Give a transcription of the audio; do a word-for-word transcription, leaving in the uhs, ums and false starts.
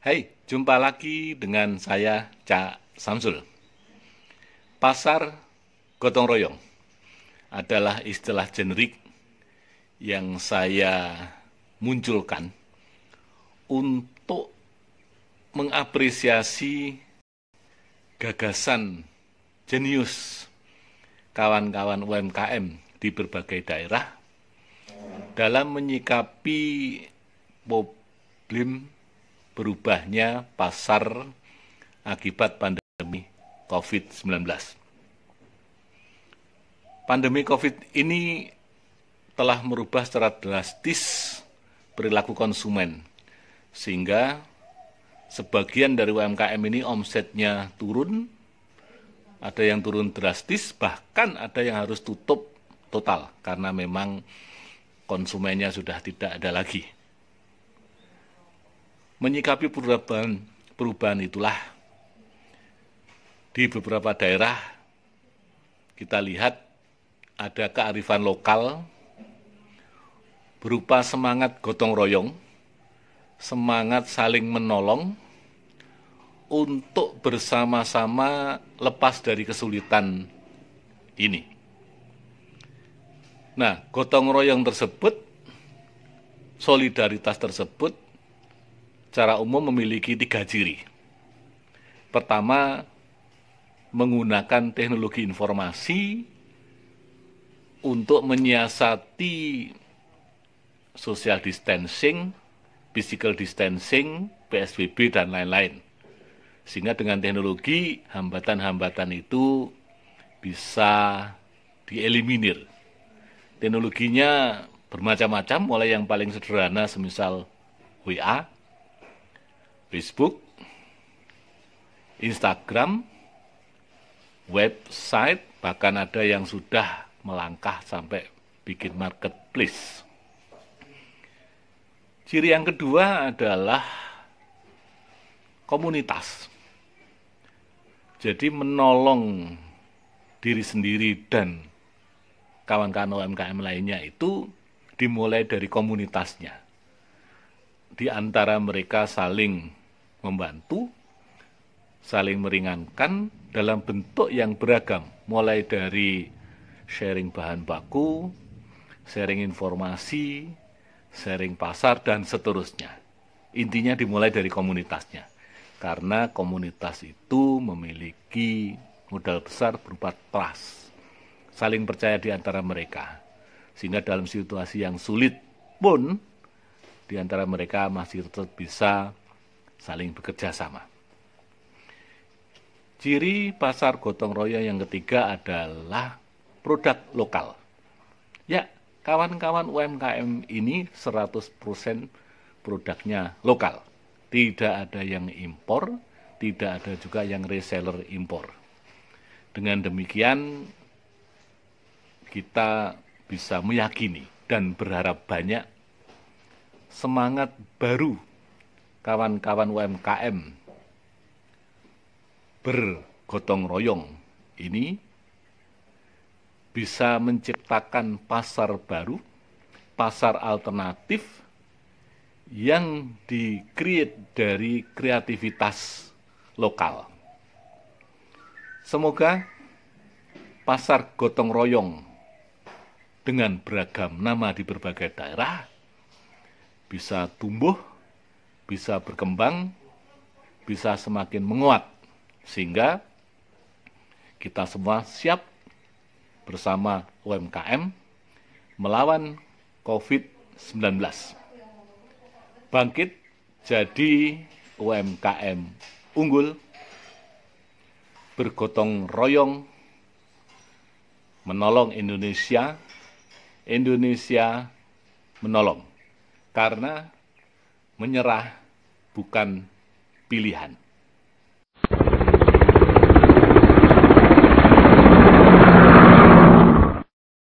Hai, jumpa lagi dengan saya Cak Samsul. Pasar gotong royong adalah istilah generik yang saya munculkan untuk mengapresiasi gagasan jenius kawan-kawan U M K M di berbagai daerah dalam menyikapi problem berubahnya pasar akibat pandemi covid sembilan belas. Pandemi COVID ini telah merubah secara drastis perilaku konsumen, sehingga sebagian dari U M K M ini omsetnya turun, ada yang turun drastis, bahkan ada yang harus tutup total karena memang konsumennya sudah tidak ada lagi. Menyikapi perubahan, perubahan itulah di beberapa daerah kita lihat ada kearifan lokal berupa semangat gotong royong, semangat saling menolong untuk bersama-sama lepas dari kesulitan ini. Nah, gotong royong tersebut, solidaritas tersebut, secara umum memiliki tiga ciri. Pertama, menggunakan teknologi informasi untuk menyiasati social distancing, physical distancing, P S B B, dan lain-lain. Sehingga dengan teknologi, hambatan-hambatan itu bisa dieliminir. Teknologinya bermacam-macam, mulai yang paling sederhana semisal W A, Facebook, Instagram, website, bahkan ada yang sudah melangkah sampai bikin marketplace. Ciri yang kedua adalah komunitas. Jadi menolong diri sendiri dan kawan-kawan U M K M lainnya itu dimulai dari komunitasnya. Di antara mereka saling membantu, saling meringankan dalam bentuk yang beragam, mulai dari sharing bahan baku, sharing informasi, sharing pasar, dan seterusnya. Intinya dimulai dari komunitasnya, karena komunitas itu memiliki modal besar berupa trust, saling percaya di antara mereka, sehingga dalam situasi yang sulit pun di antara mereka masih tetap bisa saling bekerja sama. Ciri pasar gotong royong yang ketiga adalah produk lokal. Ya, kawan-kawan U M K M ini seratus persen produknya lokal. Tidak ada yang impor, tidak ada juga yang reseller impor. Dengan demikian, kita bisa meyakini dan berharap banyak semangat baru kawan-kawan U M K M bergotong royong ini bisa menciptakan pasar baru, pasar alternatif yang di-create dari kreativitas lokal. Semoga pasar gotong royong dengan beragam nama di berbagai daerah bisa tumbuh, bisa berkembang, bisa semakin menguat, sehingga kita semua siap bersama U M K M melawan covid sembilan belas. Bangkit jadi U M K M unggul, bergotong royong, menolong Indonesia, Indonesia menolong, karena menyerah bukan pilihan.